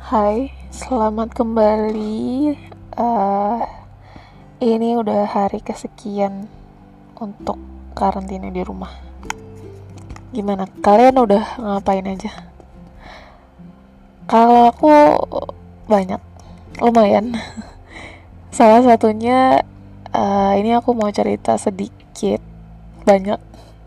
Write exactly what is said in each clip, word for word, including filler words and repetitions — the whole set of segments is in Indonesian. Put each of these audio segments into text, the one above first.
Hai, selamat kembali. Eh, ini udah hari kesekian untuk karantina di rumah. Gimana? Kalian udah ngapain aja? Kalau aku banyak, lumayan. Salah satunya, eh, ini aku mau cerita sedikit, banyak.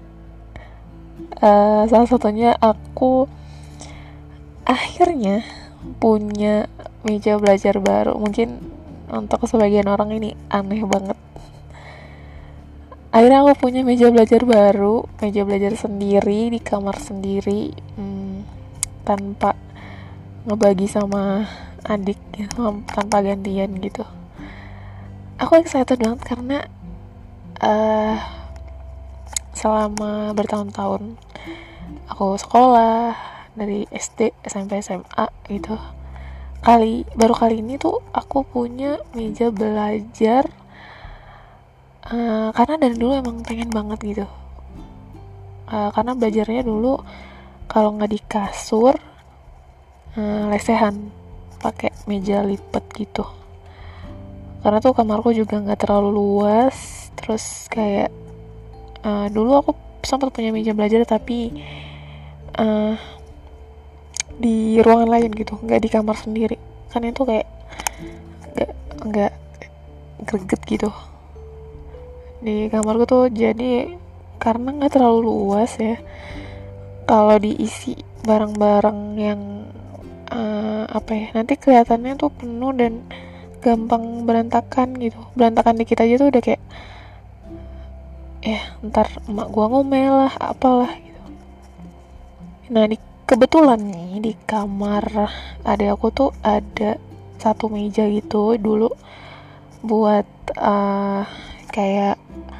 Eh, salah satunya aku akhirnya punya meja belajar baru. Mungkin untuk sebagian orang ini aneh banget. Akhirnya aku punya meja belajar baru, meja belajar sendiri di kamar sendiri, hmm, tanpa ngebagi sama adik gitu, tanpa gantian gitu. Aku excited banget karena uh, selama bertahun-tahun aku sekolah dari S D, S M P, S M A gitu. Kali baru kali ini tuh aku punya meja belajar, uh, karena dari dulu emang pengen banget gitu. Uh, karena belajarnya dulu kalau nggak di kasur, uh, lesehan pakai meja lipat gitu. Karena tuh kamarku juga nggak terlalu luas, terus kayak uh, dulu aku sempat punya meja belajar tapi uh, di ruangan lain gitu, nggak di kamar sendiri. Kan itu kayak nggak nggak greget gitu di kamarku tuh. Jadi karena nggak terlalu luas ya, kalau diisi barang-barang yang uh, apa ya, nanti kelihatannya tuh penuh dan gampang berantakan gitu. Berantakan dikit aja tuh udah kayak ya ntar emak gua ngomel lah apalah gitu. Nah, di kebetulan nih di kamar adek aku tuh ada satu meja gitu dulu buat uh, kayak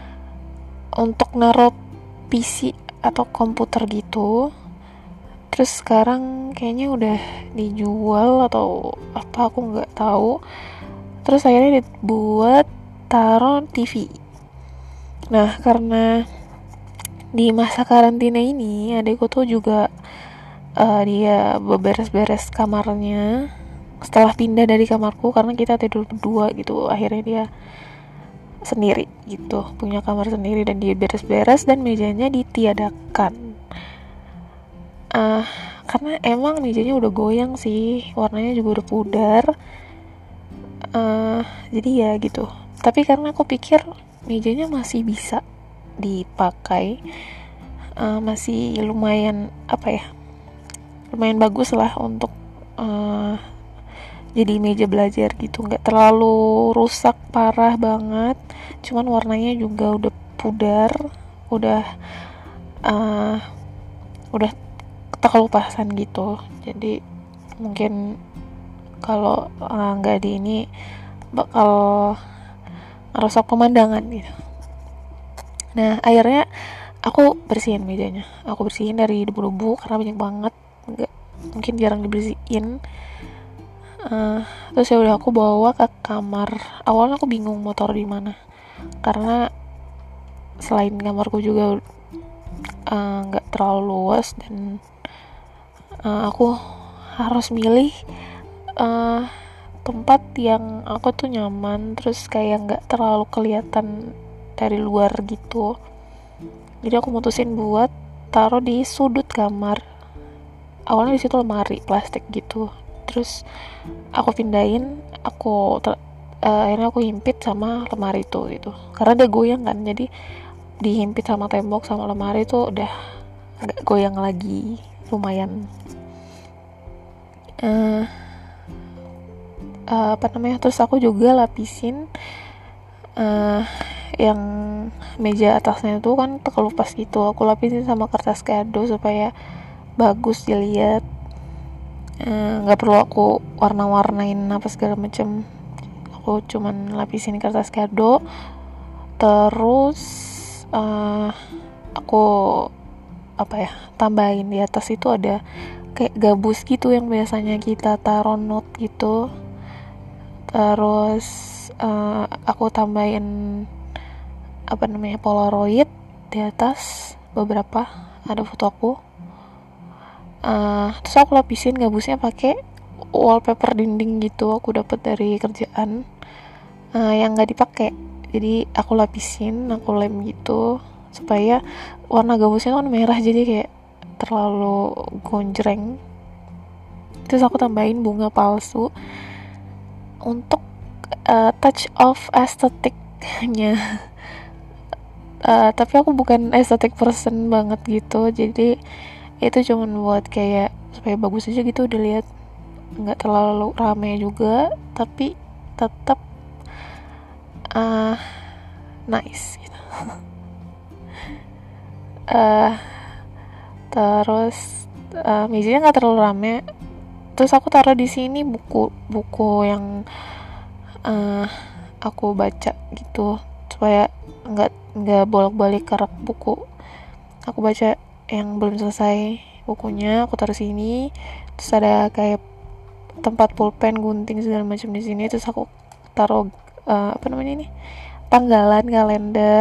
untuk naruh P C atau komputer gitu. Terus sekarang kayaknya udah dijual atau apa, aku nggak tahu. Terus akhirnya dibuat taruh T V. Nah, karena di masa karantina ini adekku tuh juga uh, dia beberes-beres kamarnya setelah pindah dari kamarku, karena kita tidur berdua gitu. Akhirnya dia sendiri gitu, punya kamar sendiri dan dia beres-beres dan mejanya ditiadakan. Uh, karena emang mejanya udah goyang sih, warnanya juga udah pudar. Uh, jadi ya gitu. Tapi karena aku pikir mejanya masih bisa dipakai, uh, masih lumayan apa ya, lumayan bagus lah untuk uh, jadi meja belajar gitu, nggak terlalu rusak parah banget, cuman warnanya juga udah pudar, udah uh, udah kelupasan gitu. Jadi mungkin kalau nggak uh, di ini bakal rusak pemandangan gitu. Nah, akhirnya aku bersihin mejanya, aku bersihin dari debu-debu karena banyak banget, nggak mungkin jarang dibersihin. Uh, terus ya udah aku bawa ke kamar. Awalnya aku bingung mau taruh di mana karena selain kamarku juga nggak uh, terlalu luas dan uh, aku harus milih uh, tempat yang aku tuh nyaman, terus kayak nggak terlalu kelihatan dari luar gitu. Jadi aku mutusin buat taruh di sudut kamar. Awalnya di situ lemari plastik gitu, terus aku pindahin, aku ter- uh, akhirnya aku himpit sama lemari itu gitu, karena dia goyang kan. Jadi dihimpit sama tembok sama lemari itu udah agak goyang lagi lumayan. Uh, uh, apa namanya? Terus aku juga lapisin uh, yang meja atasnya itu kan terkelupas gitu. Aku lapisin sama kertas kado supaya bagus dilihat. Nggak uh, perlu aku warna-warnain apa segala macam. Aku cuman lapisin kertas kado. Terus uh, aku apa ya, tambahin di atas itu ada kayak gabus gitu yang biasanya kita taruh note gitu. Terus uh, aku tambahin apa namanya, polaroid di atas beberapa, ada foto aku. Uh, terus aku lapisin gabusnya pakai wallpaper dinding gitu aku dapat dari kerjaan, uh, yang nggak dipakai. Jadi aku lapisin, aku lem gitu supaya warna gabusnya kan merah, jadi kayak terlalu gonjreng. Terus aku tambahin bunga palsu untuk uh, touch of estetiknya. Uh, tapi aku bukan estetik person banget gitu, jadi itu cuman buat kayak supaya bagus aja gitu dilihat, nggak terlalu rame juga tapi tetap uh, nice gitu. uh, terus uh, mejanya nggak terlalu rame. Terus aku taruh di sini buku-buku yang uh, aku baca gitu supaya nggak nggak bolak-balik ke rak buku. Aku baca yang belum selesai bukunya, aku taruh sini. Terus ada kayak tempat pulpen, gunting segala macam di sini. Terus aku taruh uh, apa namanya ini, tanggalan, kalender.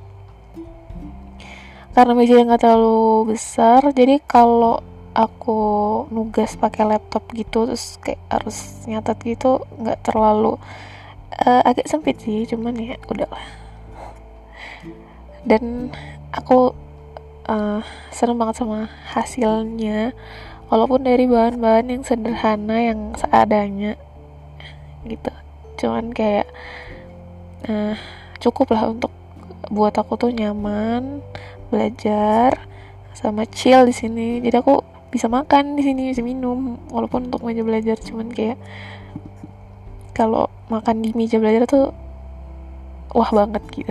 Karena mejanya nggak terlalu besar, jadi kalau aku nugas pakai laptop gitu terus kayak harus nyatet gitu nggak terlalu uh, agak sempit sih, cuman ya udahlah. Dan aku uh, seneng banget sama hasilnya, walaupun dari bahan-bahan yang sederhana, yang seadanya gitu, cuman kayak uh, cukup lah untuk buat aku tuh nyaman belajar sama chill di sini. Jadi aku bisa makan di sini, bisa minum, walaupun untuk meja belajar, cuman kayak kalau makan di meja belajar tuh wah banget gitu.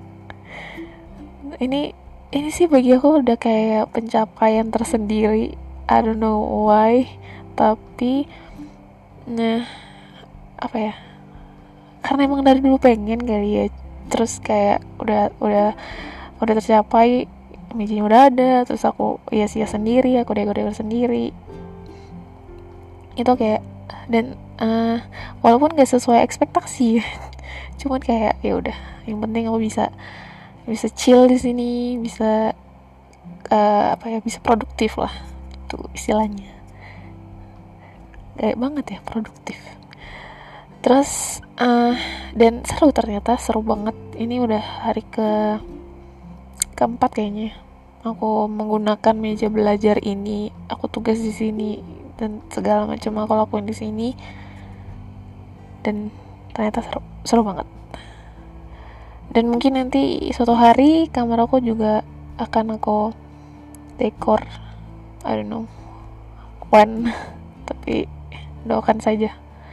Ini ini sih bagi aku udah kayak pencapaian tersendiri. I don't know why, tapi nah apa ya? Karena emang dari dulu pengen kali ya. Terus kayak udah udah udah tercapai, mejanya udah ada, terus aku hias-hias sendiri, aku dekor-dekor sendiri. Itu kayak, dan uh, walaupun gak sesuai ekspektasi, cuman kayak ya udah, yang penting aku bisa bisa chill di sini, bisa uh, apa ya, bisa produktif lah, itu istilahnya. Kayak banget ya, produktif. Terus uh, dan seru, ternyata seru banget. Ini udah hari ke keempat kayaknya aku menggunakan meja belajar ini, aku tugas di sini dan segala macam aku lakuin di sini, dan ternyata seru seru banget. Dan mungkin nanti suatu hari kamar aku juga akan aku dekor, I don't know when, tapi doakan saja.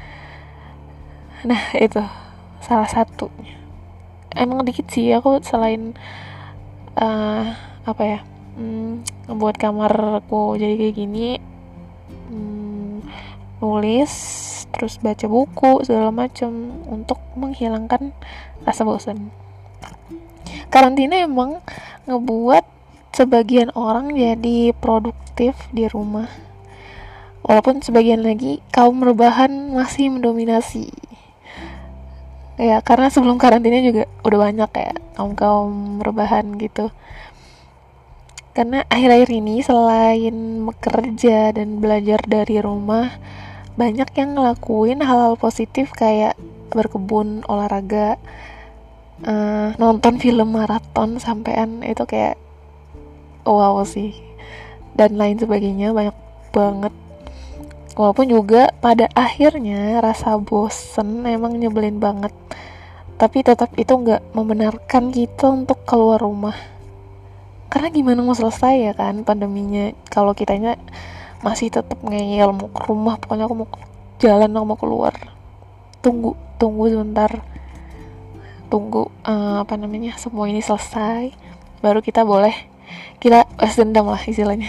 Nah itu salah satunya. Emang dikit sih aku, selain uh, apa ya, hmm, ngebuat kamarku jadi kayak gini, hmm, nulis, terus baca buku segala macam untuk menghilangkan rasa bosan. Karantina emang ngebuat sebagian orang jadi produktif di rumah, walaupun sebagian lagi kaum rebahan masih mendominasi. Ya karena sebelum karantina juga udah banyak kayak kaum-kaum rebahan gitu. Karena akhir-akhir ini selain bekerja dan belajar dari rumah, banyak yang ngelakuin hal-hal positif kayak berkebun, olahraga, uh, nonton film maraton sampean, itu kayak wow sih, dan lain sebagainya, banyak banget. Walaupun juga pada akhirnya rasa bosen emang nyebelin banget, tapi tetap itu gak membenarkan kita untuk keluar rumah. Karena gimana mau selesai ya kan pandeminya kalau kitanya masih tetap ngeyel mau ke rumah, pokoknya aku mau jalan, aku mau keluar. Tunggu, tunggu sebentar. Tunggu uh, apa namanya, semua ini selesai, baru kita boleh, kita balas dendam lah istilahnya.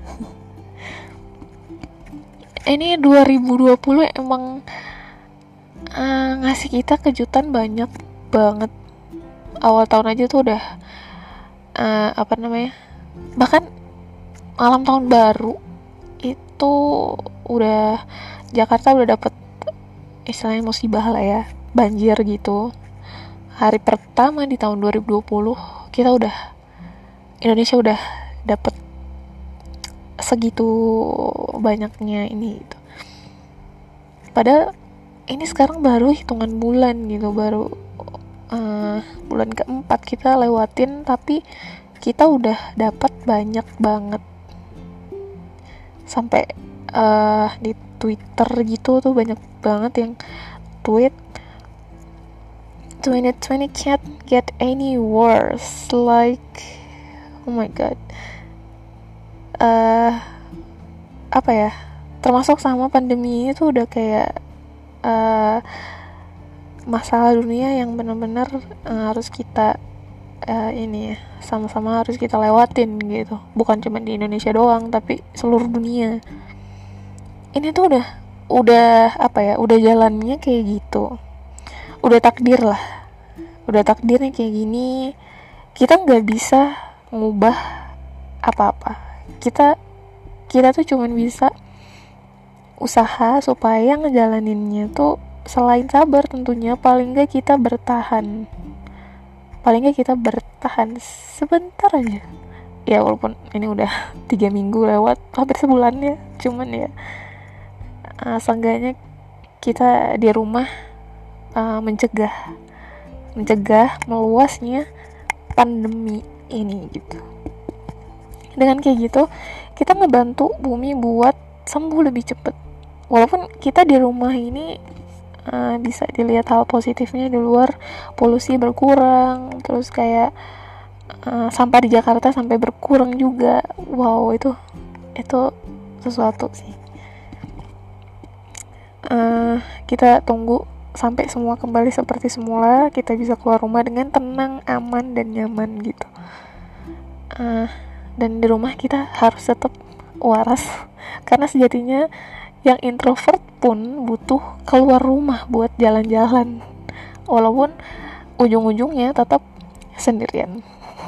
Ini dua ribu dua puluh emang uh, ngasih kita kejutan banyak banget. Awal tahun aja tuh udah uh, apa namanya, bahkan malam tahun baru itu udah Jakarta udah dapet istilahnya musibah lah ya, banjir gitu. Hari pertama di tahun dua ribu dua puluh kita udah, Indonesia udah dapet segitu banyaknya ini gitu. Padahal ini sekarang baru hitungan bulan gitu, baru uh, bulan keempat kita lewatin, tapi kita udah dapat banyak banget. Sampai uh, di Twitter gitu tuh banyak banget yang tweet twenty twenty can't get any worse, like oh my god. Uh, apa ya, termasuk sama pandemi ini tuh udah kayak uh, masalah dunia yang benar-benar uh, harus kita uh, ini ya, sama-sama harus kita lewatin gitu. Bukan cuma di Indonesia doang, tapi seluruh dunia. Ini tuh udah udah apa ya, udah jalannya kayak gitu. Udah takdir lah. Udah takdirnya kayak gini. Kita nggak bisa ngubah apa-apa. Kita kita tuh cuman bisa usaha supaya ngejalaninnya tuh, selain sabar tentunya, paling gak kita bertahan. Paling gak kita bertahan sebentar aja. Ya walaupun ini udah tiga minggu lewat, hampir sebulan ya. Cuman ya uh, seenggaknya kita di rumah uh, mencegah mencegah meluasnya pandemi ini gitu. Dengan kayak gitu kita ngebantu bumi buat sembuh lebih cepat. Walaupun kita di rumah ini uh, bisa dilihat hal positifnya, di luar polusi berkurang, terus kayak uh, sampah di Jakarta sampai berkurang juga. Wow, itu itu sesuatu sih. Uh, kita tunggu sampai semua kembali seperti semula, kita bisa keluar rumah dengan tenang, aman, dan nyaman gitu. Uh, dan di rumah kita harus tetap waras, karena sejatinya yang introvert pun butuh keluar rumah buat jalan-jalan, walaupun ujung-ujungnya tetap sendirian.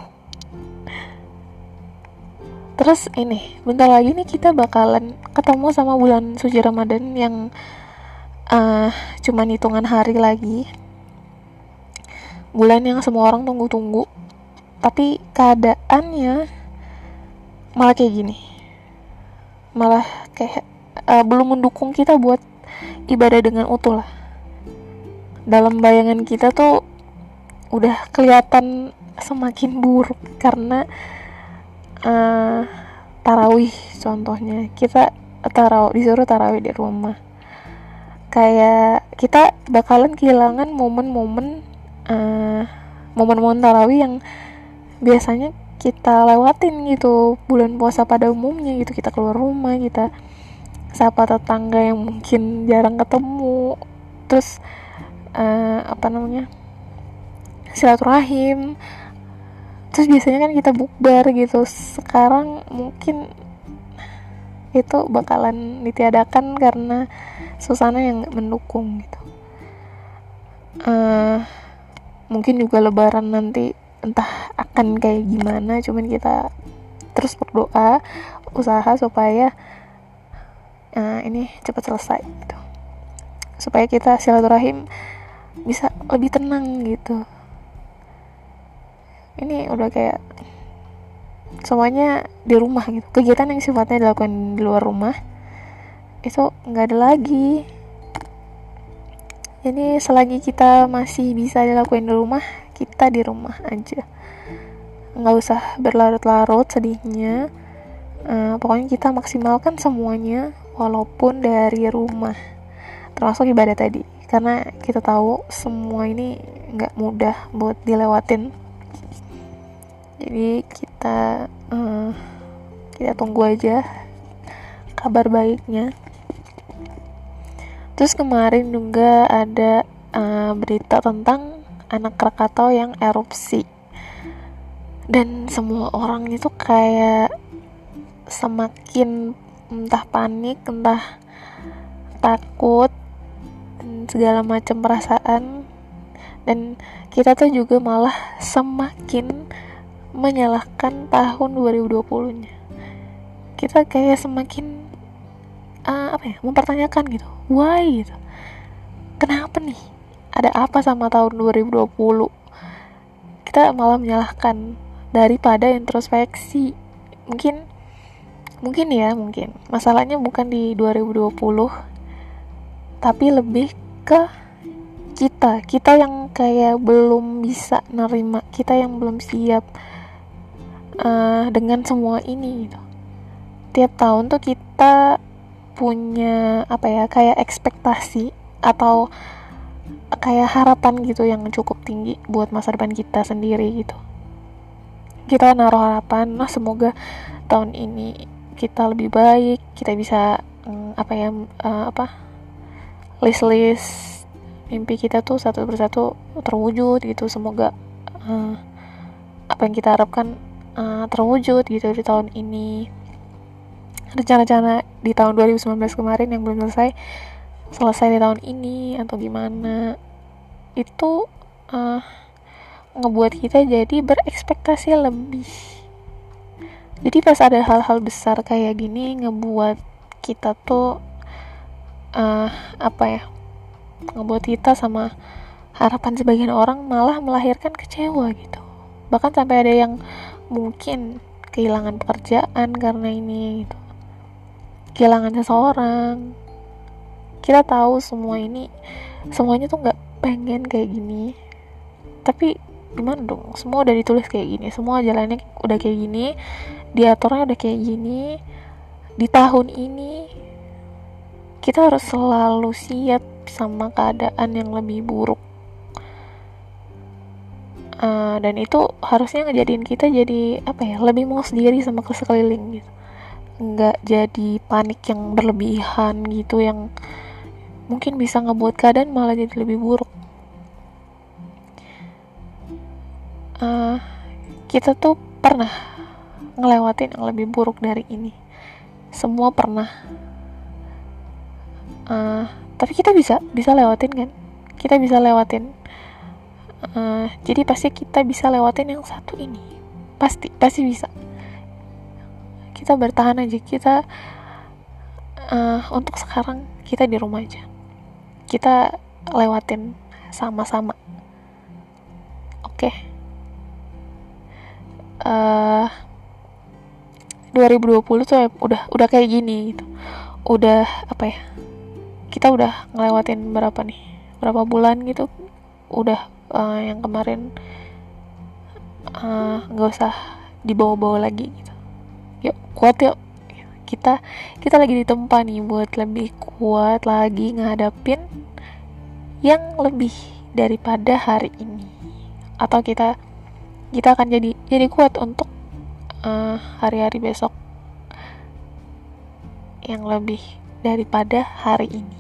Terus ini, bentar lagi nih kita bakalan ketemu sama bulan suci Ramadan yang uh, cuman hitungan hari lagi. Bulan yang semua orang tunggu-tunggu, tapi keadaannya malah kayak gini, malah kayak uh, belum mendukung kita buat ibadah dengan utuh lah. Dalam bayangan kita tuh udah kelihatan semakin buruk karena uh, tarawih contohnya. Kita tarawih, disuruh tarawih di rumah, kayak kita bakalan kehilangan momen-momen uh, momen-momen tarawih yang biasanya kita lewatin gitu bulan puasa pada umumnya gitu. Kita keluar rumah, kita sapa tetangga yang mungkin jarang ketemu, terus uh, apa namanya silaturahim, terus biasanya kan kita bukber gitu. Sekarang mungkin itu bakalan ditiadakan karena suasana yang gak mendukung gitu. Uh, mungkin juga lebaran nanti entah akan kayak gimana, cuman kita terus berdoa, usaha supaya uh, ini cepat selesai gitu, supaya kita silaturahim bisa lebih tenang gitu. Ini udah kayak semuanya di rumah gitu, kegiatan yang sifatnya dilakukan di luar rumah itu nggak ada lagi. Jadi selagi kita masih bisa dilakuin di rumah, kita di rumah aja, nggak usah berlarut-larut sedihnya. Uh, pokoknya kita maksimalkan semuanya walaupun dari rumah, termasuk ibadah tadi, karena kita tahu semua ini nggak mudah buat dilewatin. Jadi kita uh, kita tunggu aja kabar baiknya. Terus kemarin juga ada uh, berita tentang anak Krakatau yang erupsi, dan semua orang itu kayak semakin entah panik, entah takut, dan segala macam perasaan. Dan kita tuh juga malah semakin menyalahkan tahun dua ribu dua puluh nya. Kita kayak semakin uh, apa ya, mempertanyakan gitu, why gitu, kenapa nih, ada apa sama tahun dua ribu dua puluh. Kita malah menyalahkan daripada introspeksi. Mungkin mungkin ya mungkin masalahnya bukan di dua ribu dua puluh, tapi lebih ke kita kita yang kayak belum bisa nerima, kita yang belum siap uh, dengan semua ini gitu. Tiap tahun tuh kita punya apa ya, kayak ekspektasi atau kayak harapan gitu yang cukup tinggi buat masa depan kita sendiri gitu. Kita naruh harapan, nah semoga tahun ini kita lebih baik, kita bisa um, apa ya uh, apa list-list mimpi kita tuh satu persatu terwujud gitu. Semoga uh, apa yang kita harapkan uh, terwujud gitu di tahun ini. Rencana-rencana di tahun dua ribu sembilan belas kemarin yang belum selesai selesai di tahun ini atau gimana, itu uh, ngebuat kita jadi berekspektasi lebih. Jadi pas ada hal-hal besar kayak gini ngebuat kita tuh uh, apa ya ngebuat kita sama harapan sebagian orang malah melahirkan kecewa gitu. Bahkan sampai ada yang mungkin kehilangan pekerjaan karena ini gitu, kehilangan seseorang. Kita tahu semua ini, semuanya tuh nggak pengen kayak gini, tapi gimana dong, semua udah ditulis kayak gini, semua jalannya udah kayak gini, diaturnya udah kayak gini. Di tahun ini kita harus selalu siap sama keadaan yang lebih buruk, uh, dan itu harusnya ngejadiin kita jadi apa ya, lebih mau sendiri sama sekeliling gitu, nggak jadi panik yang berlebihan gitu yang mungkin bisa ngebuat keadaan malah jadi lebih buruk. Uh, kita tuh pernah ngelewatin yang lebih buruk dari ini, semua pernah. Uh, tapi kita bisa bisa lewatin kan? Kita bisa lewatin. Uh, jadi pasti kita bisa lewatin yang satu ini. Pasti pasti bisa. Kita bertahan aja. Kita uh, untuk sekarang kita di rumah aja. Kita lewatin sama-sama. Oke. Okay. Uh, dua ribu dua puluh tuh udah udah kayak gini gitu. Udah apa ya? Kita udah ngelewatin berapa nih? Berapa bulan gitu? Udah uh, yang kemarin nggak uh, usah dibawa-bawa lagi gitu. Yuk, kuat yuk. Kita kita lagi ditempa nih buat lebih kuat lagi ngadapin yang lebih daripada hari ini. Atau kita kita akan jadi jadi kuat untuk uh, hari-hari besok yang lebih daripada hari ini.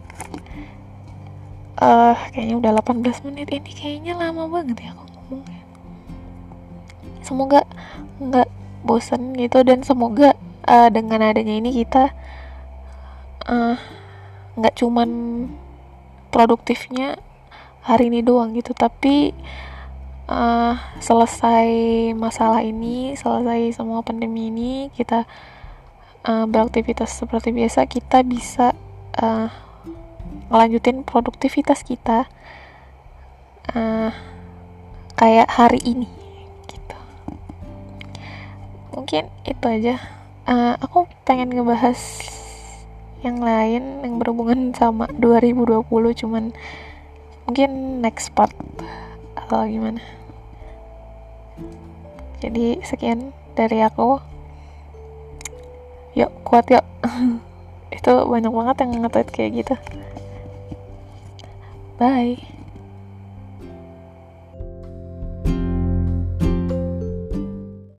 Uh, kayaknya udah delapan belas menit ini, kayaknya lama banget ya aku ngomongnya. Semoga nggak bosan gitu, dan semoga uh, dengan adanya ini kita nggak uh, cuman produktifnya hari ini doang gitu, tapi uh, selesai masalah ini, selesai semua pandemi ini, kita uh, beraktivitas seperti biasa, kita bisa uh, ngelanjutin produktivitas kita uh, kayak hari ini gitu. Mungkin itu aja. uh, aku pengen ngebahas yang lain yang berhubungan sama dua ribu dua puluh, cuman mungkin next part atau gimana. Jadi sekian dari aku. Yuk kuat yuk. Itu banyak banget yang nge-tweet kayak gitu. Bye.